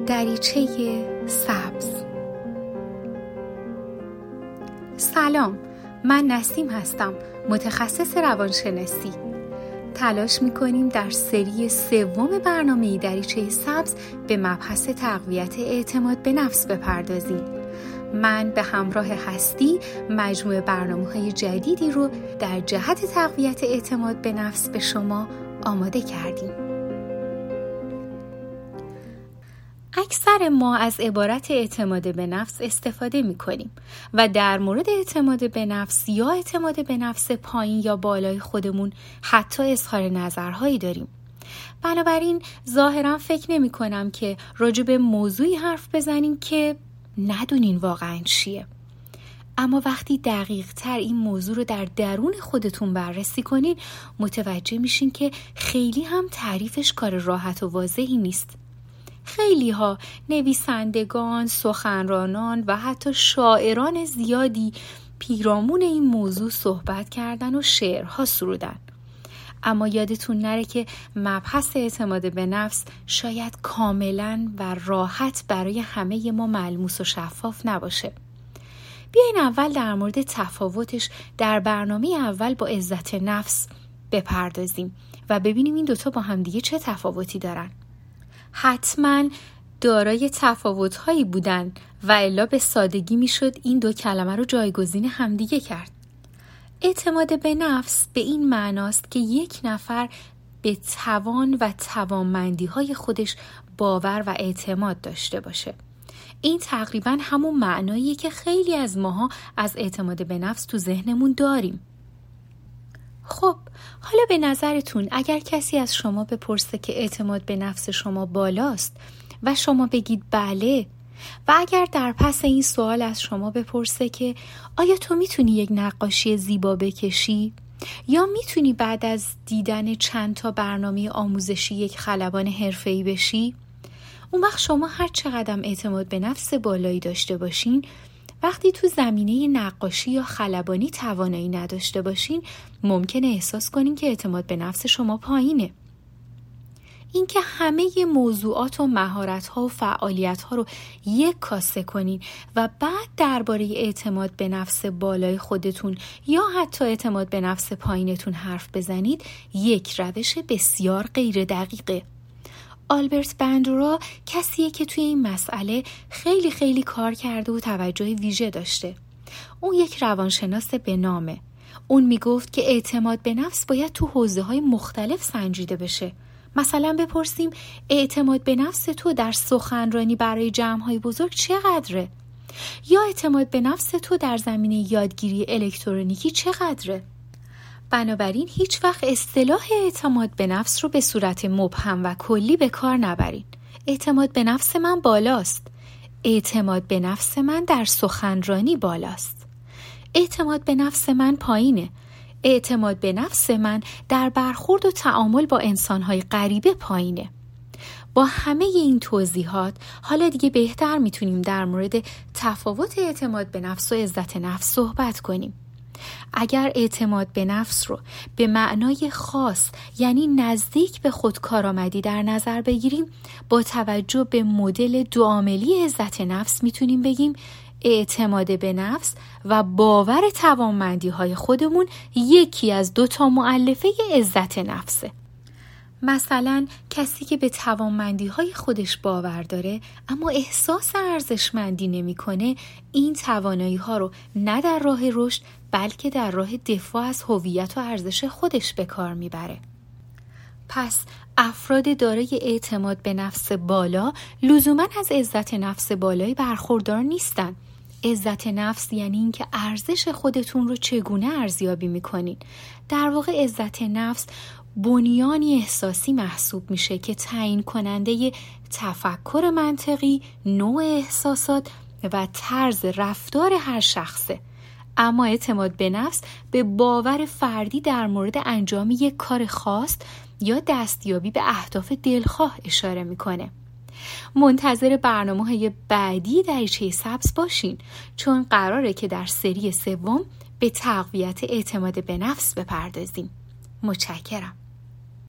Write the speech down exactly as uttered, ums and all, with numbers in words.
دریچه سبز. سلام، من نسیم هستم، متخصص روانشناسی. تلاش می‌کنیم در سری سوم برنامه دریچه سبز به مبحث تقویت اعتماد به نفس بپردازیم. من به همراه هستی مجموعه برنامه‌های جدیدی رو در جهت تقویت اعتماد به نفس به شما آماده کردیم. اکثر ما از عبارت اعتماد به نفس استفاده می کنیم و در مورد اعتماد به نفس یا اعتماد به نفس پایین یا بالای خودمون حتی اظهار نظرهایی داریم. بنابراین ظاهرا فکر نمی کنم که راجع به موضوعی حرف بزنیم که ندونین واقعا چیه. اما وقتی دقیق تر این موضوع رو در درون خودتون بررسی کنین متوجه میشین که خیلی هم تعریفش کار راحت و واضحی نیست. خیلی ها نویسندگان، سخنرانان و حتی شاعران زیادی پیرامون این موضوع صحبت کردن و شعرها سرودن. اما یادتون نره که مبحث اعتماد به نفس شاید کاملا و راحت برای همه ما ملموس و شفاف نباشه. بیاین اول در مورد تفاوتش در برنامه اول با عزت نفس بپردازیم و ببینیم این دوتا با همدیگه چه تفاوتی دارن. حتما دارای تفاوت‌هایی بودن و الا به سادگی میشد این دو کلمه رو جایگزین همدیگه کرد. اعتماد به نفس به این معناست که یک نفر به توان و توانمندی‌های خودش باور و اعتماد داشته باشه. این تقریباً همون معناییه که خیلی از ماها از اعتماد به نفس تو ذهنمون داریم. خب، حالا به نظرتون اگر کسی از شما بپرسه که اعتماد به نفس شما بالاست و شما بگید بله، و اگر در پس این سوال از شما بپرسه که آیا تو میتونی یک نقاشی زیبا بکشی؟ یا میتونی بعد از دیدن چند تا برنامه آموزشی یک خلبان حرفه‌ای بشی؟ اون وقت شما هر چقدر اعتماد به نفس بالایی داشته باشین، وقتی تو زمینه نقاشی یا خلبانی توانایی نداشته باشین ممکنه احساس کنین که اعتماد به نفس شما پایینه. اینکه همه موضوعات و مهارت‌ها و فعالیت‌ها رو یک کاسه کنین و بعد درباره اعتماد به نفس بالای خودتون یا حتی اعتماد به نفس پایینتون حرف بزنید یک روش بسیار غیر دقیقه. آلبرت بندورا کسیه که توی این مسئله خیلی خیلی کار کرده و توجه ویژه داشته. اون یک روانشناس به نامه. اون میگفت که اعتماد به نفس باید تو حوزه‌های مختلف سنجیده بشه. مثلا بپرسیم اعتماد به نفس تو در سخنرانی برای جمع‌های بزرگ چقدره؟ یا اعتماد به نفس تو در زمینه یادگیری الکترونیکی چقدره؟ بنابراین هیچ وقت اصطلاح اعتماد به نفس رو به صورت مبهم و کلی به کار نبرین. اعتماد به نفس من بالاست. اعتماد به نفس من در سخنرانی بالاست. اعتماد به نفس من پایینه. اعتماد به نفس من در برخورد و تعامل با انسان‌های غریبه پایینه. با همه این توضیحات حالا دیگه بهتر میتونیم در مورد تفاوت اعتماد به نفس و عزت نفس صحبت کنیم. اگر اعتماد به نفس رو به معنای خاص یعنی نزدیک به خودکارآمدی در نظر بگیریم، با توجه به مدل دوعاملی عزت نفس میتونیم بگیم اعتماد به نفس و باور توانمندی های خودمون یکی از دو تا مؤلفه عزت نفسه. مثلا کسی که به توانمندی های خودش باور داره اما احساس ارزشمندی نمی کنه، این توانایی ها رو نه در راه رشد بلکه در راه دفاع از هویت و ارزش خودش به کار میبره. پس افراد دارای اعتماد به نفس بالا لزوماً از عزت نفس بالایی برخوردار نیستن. عزت نفس یعنی این که ارزش خودتون رو چگونه ارزیابی میکنین. در واقع عزت نفس بنیانی احساسی محسوب میشه که تعیین کننده تفکر منطقی، نوع احساسات و طرز رفتار هر شخصه. اما اعتماد به نفس به باور فردی در مورد انجام یک کار خاص یا دستیابی به اهداف دلخواه اشاره میکنه. منتظر برنامه‌های بعدی دریچه سبز باشین، چون قراره که در سری سوم به تقویت اعتماد به نفس بپردازیم. متشکرم.